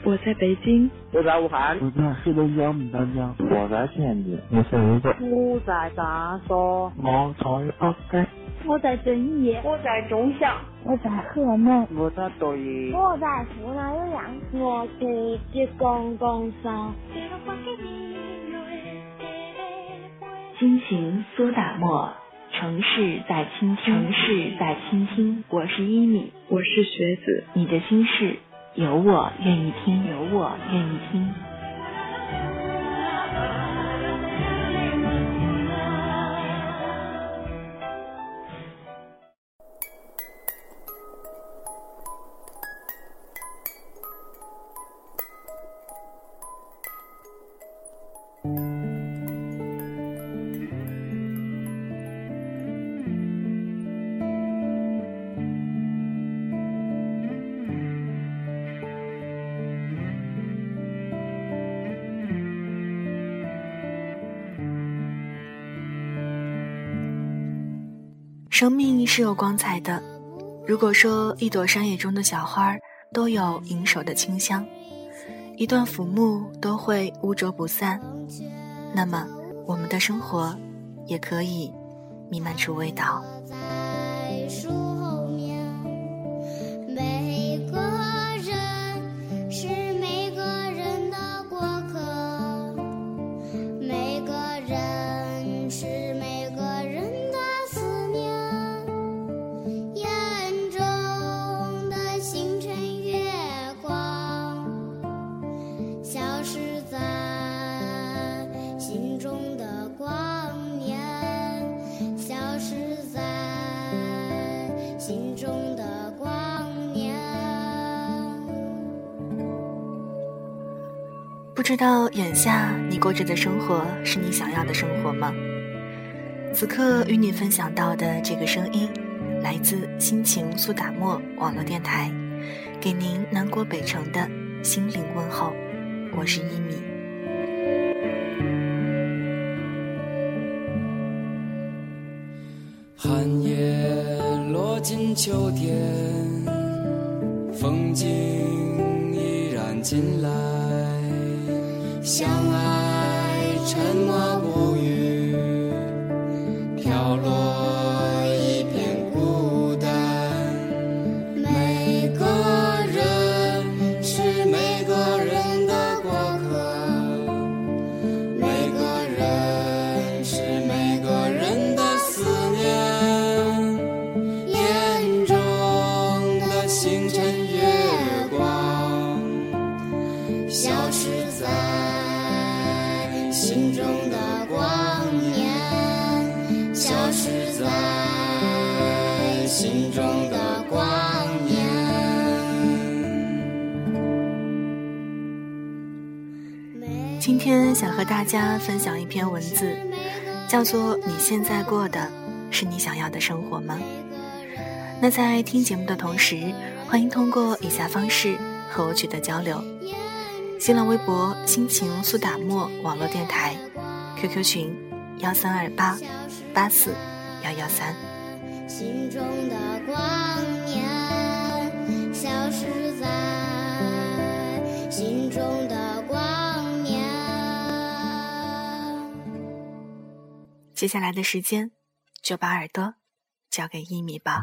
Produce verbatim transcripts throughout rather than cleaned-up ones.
我在北京， 我在武汉， 我在黑龙江牡丹江， 我在天津， 我在泸州， 我在长沙， 我在北京， 我在遵义， 我在中祥， 我在河南， 我在抖音， 我在湖南岳阳，我在浙江江山。 心情苏打沫，城市在倾听，城市在倾听。我是一米， 我是学子， 你的心事有我愿意听，有我愿意听。生命是有光彩的，如果说一朵山野中的小花都有盈手的清香，一段浮木都会污浊不散，那么我们的生活也可以弥漫出味道。不知道眼下你过着的生活是你想要的生活吗？此刻与你分享到的这个声音来自心情苏打沫网络电台，给您南国北城的心灵问候，我是一米。 寒夜落进秋天，风景依然进来，相爱沉默不语，飘落一片孤单。每个人是每个人的过客，每个人是每个人的思念，眼中的星辰月光消失在心中的光年，消失在心中的光年。 今天想和大家分享一篇文字，叫做你现在过的是你想要的生活吗？那在听节目的同时，欢迎通过以下方式和我取得交流：新浪微博心情苏打沫网络电台， Q Q 群幺三二八八四幺幺三。 心中的光年消失在心中的光年。 接下来的时间就把耳朵交给一米吧。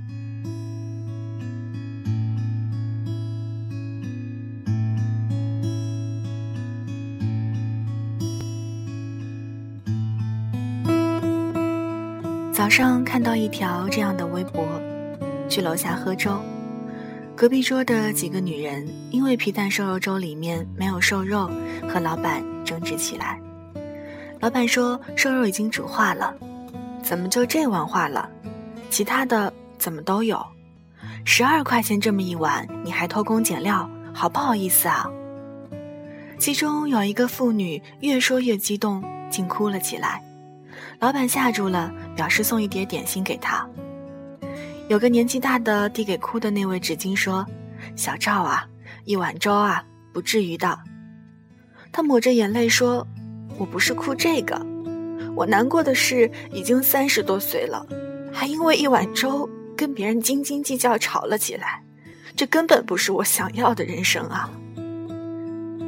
早上看到一条这样的微博，去楼下喝粥，隔壁桌的几个女人因为皮蛋瘦肉粥里面没有瘦肉和老板争执起来。老板说瘦肉已经煮化了，怎么就这碗化了，其他的怎么都有，十二块钱这么一碗你还偷工减料，好不好意思啊。其中有一个妇女越说越激动，竟哭了起来。老板吓住了，表示送一碟点心给他。有个年纪大的递给哭的那位纸巾说，小赵啊，一碗粥啊，不至于的。他抹着眼泪说，我不是哭这个，我难过的是已经三十多岁了，还因为一碗粥跟别人斤斤计较吵了起来，这根本不是我想要的人生啊。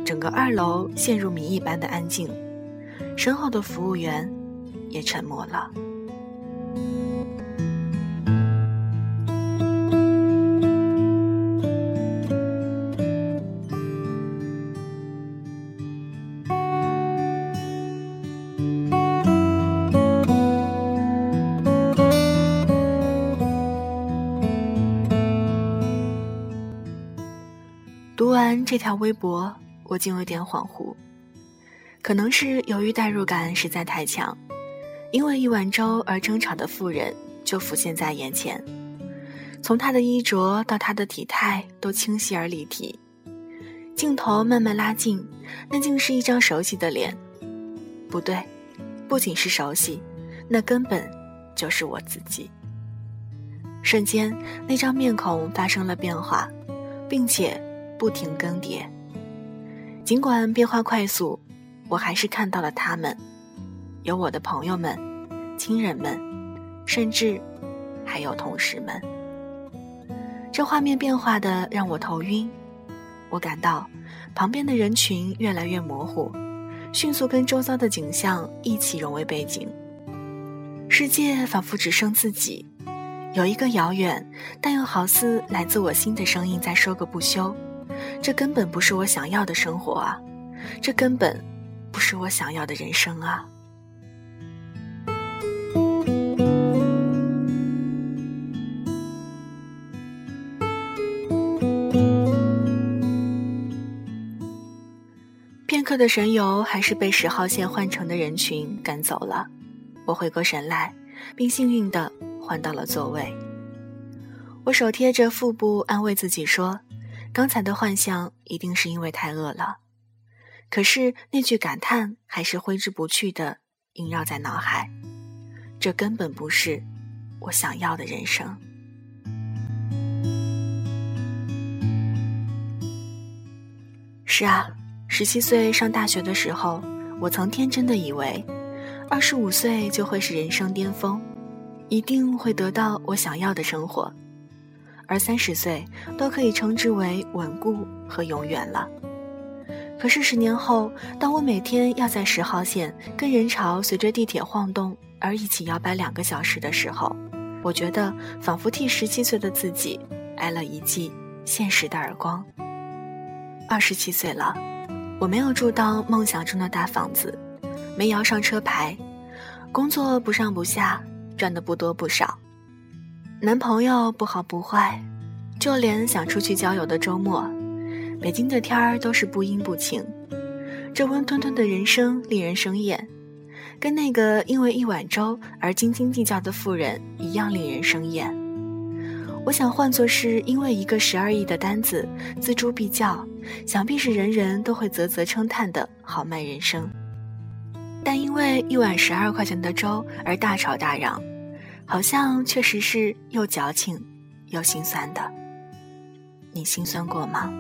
整个二楼陷入谜一般的安静，身后的服务员也沉默了。读完这条微博，我竟有点恍惚，可能是由于代入感实在太强，因为一碗粥而争吵的妇人就浮现在眼前，从她的衣着到她的体态都清晰而立体。镜头慢慢拉近，那竟是一张熟悉的脸。不对，不仅是熟悉，那根本就是我自己。瞬间，那张面孔发生了变化，并且不停更迭。尽管变化快速，我还是看到了他们，有我的朋友们、亲人们，甚至还有同事们。这画面变化的让我头晕，我感到旁边的人群越来越模糊，迅速跟周遭的景象一起融为背景。世界仿佛只剩自己，有一个遥远但又好似来自我心的声音在说个不休，这根本不是我想要的生活啊，这根本不是我想要的人生啊。片刻的神游还是被十号线换乘的人群赶走了，我回过神来，并幸运地换到了座位。我手贴着腹部安慰自己说，刚才的幻象一定是因为太饿了，可是那句感叹还是挥之不去地萦绕在脑海，这根本不是我想要的人生。是啊，十七岁上大学的时候，我曾天真的以为二十五岁就会是人生巅峰，一定会得到我想要的生活，而三十岁都可以称之为稳固和永远了。可是十年后，当我每天要在十号线跟人潮随着地铁晃动而一起摇摆两个小时的时候，我觉得仿佛替十七岁的自己挨了一记现实的耳光。二十七岁了，我没有住到梦想中的大房子，没摇上车牌，工作不上不下，赚的不多不少，男朋友不好不坏，就连想出去郊游的周末，北京的天儿都是不阴不晴。这温吞吞的人生令人生厌，跟那个因为一碗粥而斤斤计较的妇人一样令人生厌。我想换作是因为一个十二亿的单子锱铢必较，想必是人人都会啧啧称叹的豪迈人生。但因为一碗十二块钱的粥而大吵大嚷，好像确实是又矫情又心酸的。你心酸过吗？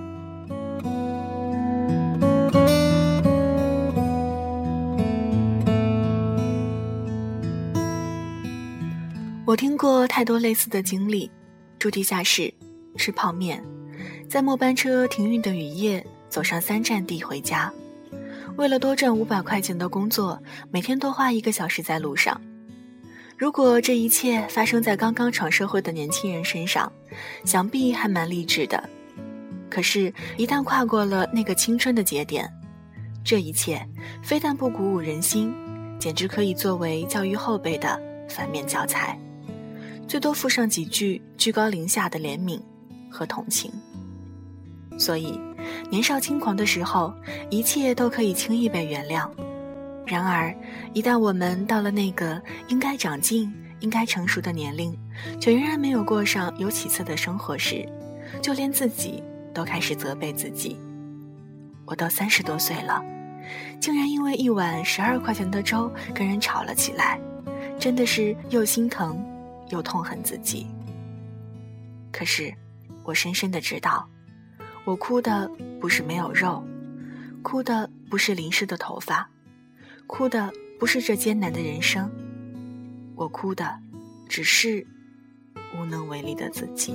我听过太多类似的经历，住地下室，吃泡面，在末班车停运的雨夜走上三站地回家，为了多赚五百块钱的工作，每天多花一个小时在路上。如果这一切发生在刚刚闯社会的年轻人身上，想必还蛮励志的。可是一旦跨过了那个青春的节点，这一切非但不鼓舞人心，简直可以作为教育后辈的反面教材，最多附上几句居高临下的怜悯和同情。所以年少轻狂的时候，一切都可以轻易被原谅。然而一旦我们到了那个应该长进应该成熟的年龄，却仍然没有过上有起色的生活时，就连自己都开始责备自己。我都三十多岁了，竟然因为一碗十二块钱的粥跟人吵了起来，真的是又心疼又痛恨自己。可是我深深地知道，我哭的不是没有肉，哭的不是淋湿的头发，哭的不是这艰难的人生，我哭的只是无能为力的自己。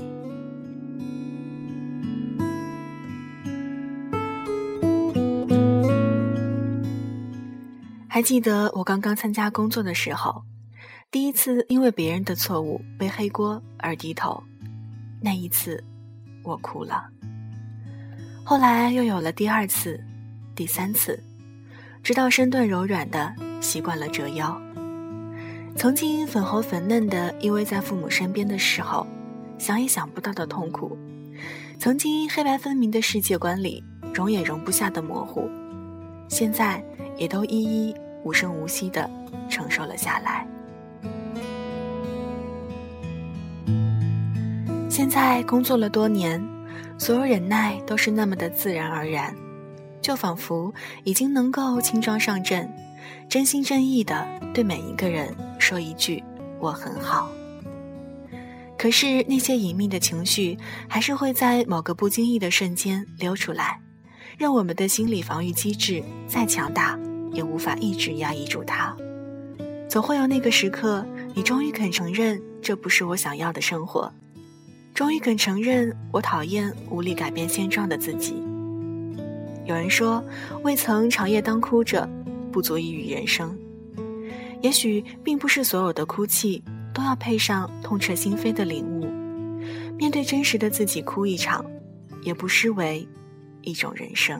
还记得我刚刚参加工作的时候，第一次因为别人的错误背黑锅而低头，那一次我哭了。后来又有了第二次、第三次，直到身段柔软的习惯了折腰。曾经粉红粉嫩的依偎在父母身边的时候，想也想不到的痛苦，曾经黑白分明的世界观里容也容不下的模糊，现在也都一一无声无息地承受了下来。现在工作了多年，所有忍耐都是那么的自然而然，就仿佛已经能够轻装上阵，真心真意地对每一个人说一句我很好。可是那些隐秘的情绪还是会在某个不经意的瞬间流出来，让我们的心理防御机制再强大也无法一直压抑住它。总会有那个时刻，你终于肯承认这不是我想要的生活，终于肯承认我讨厌无力改变现状的自己。有人说，未曾长夜当哭着，不足以语人生。也许并不是所有的哭泣都要配上痛彻心扉的领悟，面对真实的自己哭一场，也不失为一种人生。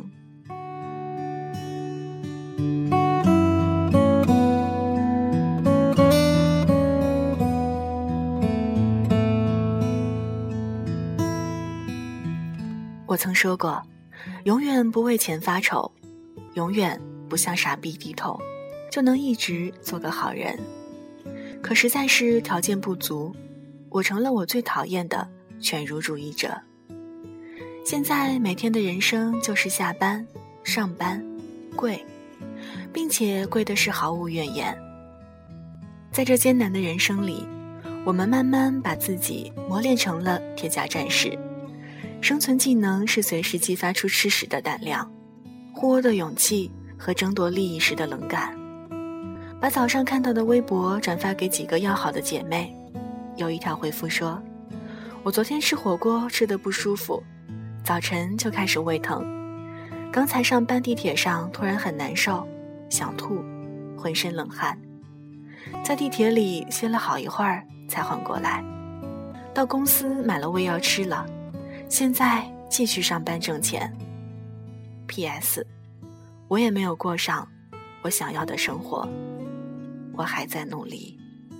我曾说过，永远不为钱发愁，永远不向傻逼低头，就能一直做个好人。可实在是条件不足，我成了我最讨厌的犬儒主义者。现在每天的人生就是下班、上班、跪，并且跪的是毫无怨言。在这艰难的人生里，我们慢慢把自己磨练成了铁甲战士，生存技能是随时激发出吃屎的胆量，互殴的勇气和争夺利益时的冷感。把早上看到的微博转发给几个要好的姐妹，有一条回复说，我昨天吃火锅吃得不舒服，早晨就开始胃疼，刚才上班地铁上突然很难受，想吐，浑身冷汗，在地铁里歇了好一会儿才缓过来，到公司买了胃药吃了，现在继续上班挣钱。 P S 我也没有过上我想要的生活，我还在努力。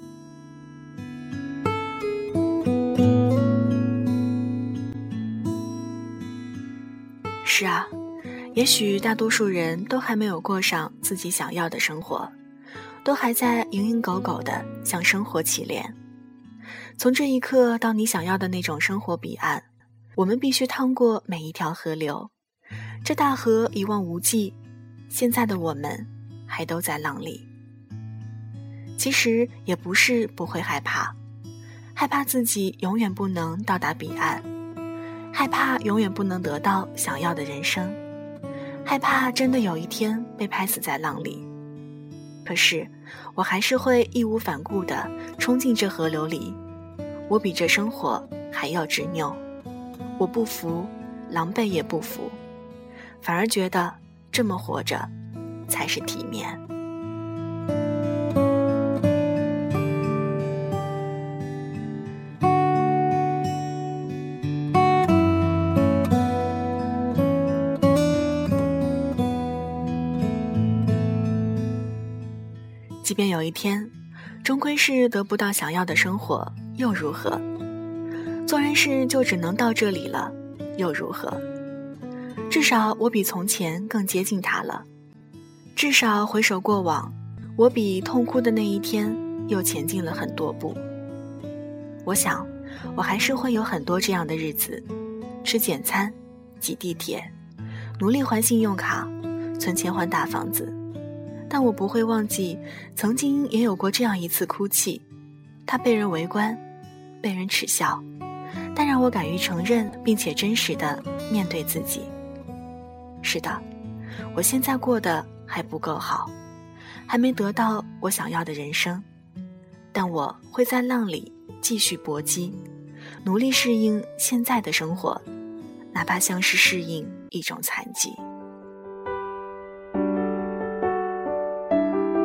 是啊，也许大多数人都还没有过上自己想要的生活，都还在蝇营狗苟地向生活乞怜。从这一刻到你想要的那种生活彼岸，我们必须趟过每一条河流。这大河一望无际，现在的我们还都在浪里。其实也不是不会害怕，害怕自己永远不能到达彼岸，害怕永远不能得到想要的人生，害怕真的有一天被拍死在浪里。可是我还是会义无反顾地冲进这河流里，我比这生活还要执拗，我不服，狼狈也不服，反而觉得这么活着才是体面。即便有一天终归是得不到想要的生活，又如何？做人事就只能到这里了，又如何？至少我比从前更接近他了，至少回首过往，我比痛哭的那一天又前进了很多步。我想我还是会有很多这样的日子，吃简餐，挤地铁，努力还信用卡，存钱还大房子。但我不会忘记曾经也有过这样一次哭泣，它被人围观，被人耻笑，但让我敢于承认并且真实地面对自己。是的，我现在过得还不够好，还没得到我想要的人生，但我会在浪里继续搏击，努力适应现在的生活，哪怕像是适应一种残疾。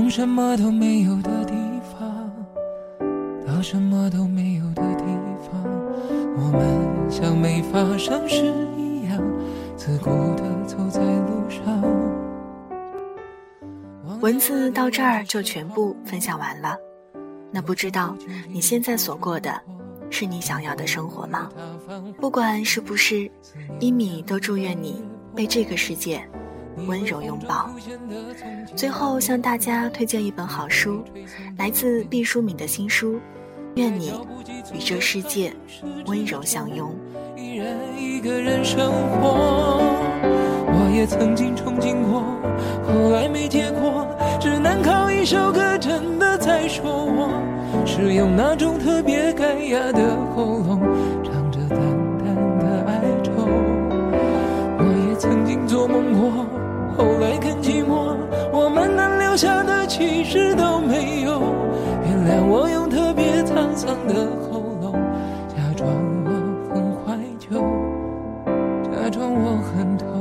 从什么都没有的地方到什么都没有的地方，我们像没发生事一样自顾地走在路上。 文字到这儿就全部分享完了，那不知道你现在所过的是你想要的生活吗？不管是不是，一米都祝愿你被这个世界温柔拥抱。最后向大家推荐一本好书，来自毕淑敏的新书《愿你与这世界温柔相拥》。 一人一个人生活，我也曾经憧憬过，后来没结果，只能靠一首歌真的在说我是用那种特别干哑的喉咙唱着淡淡的哀愁。我也曾经做梦过，后来更寂寞，我们能留下的其实都没有。原谅我用特别沧桑的喉咙假装我很怀旧，假装我很痛。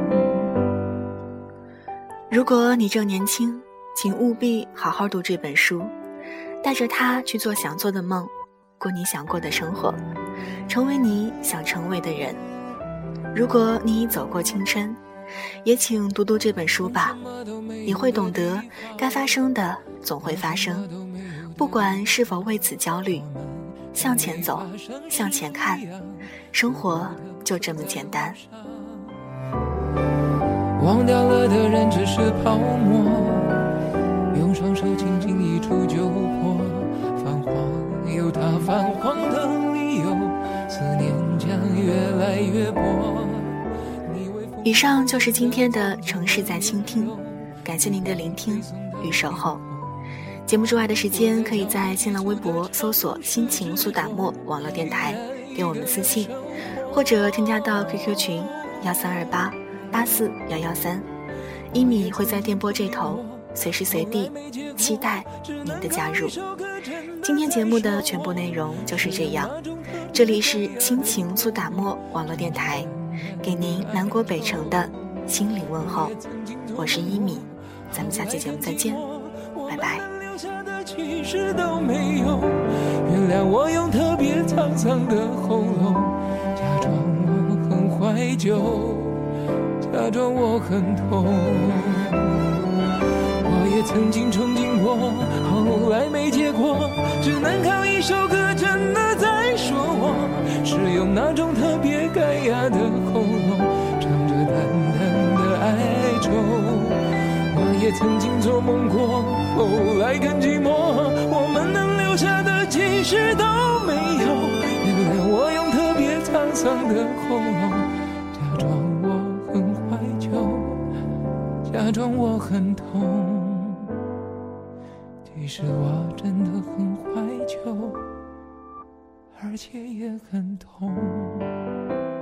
如果你正年轻，请务必好好读这本书，带着它去做想做的梦，过你想过的生活，成为你想成为的人。如果你已走过青春，也请读读这本书吧，你会懂得该发生的总会发生，不管是否为此焦虑，向前走，向前看，生活就这么简单。 忘掉了的人只是泡沫，用双手轻轻一触就破，泛黄有它泛黄的理由，思念将越来越薄。 以上就是今天的城市在倾听，感谢您的聆听与守候。节目之外的时间，可以在新浪微博搜索心情苏打沫网络电台给我们私信，或者添加到 Q Q 群幺三二八八四幺幺三，一米会在电波这头随时随地期待您的加入。今天节目的全部内容就是这样，这里是心情苏打沫网络电台，给您南国北城的心灵问候，我是一米，咱们下期节目再见，拜拜。 其实都没有，原谅我用特别沧桑的喉咙假装我很怀旧，假装我很痛。我也曾经憧憬过，后来没结果，只能靠一首歌真的在说我是用那种特别干哑的喉咙唱着淡淡的哀愁。我也曾经做梦过，后来更寂寞，我们能留下的其实都没有。原谅我用特别沧桑的喉咙假装我很怀旧，假装我很痛，其实我真的很怀旧，而且也很痛。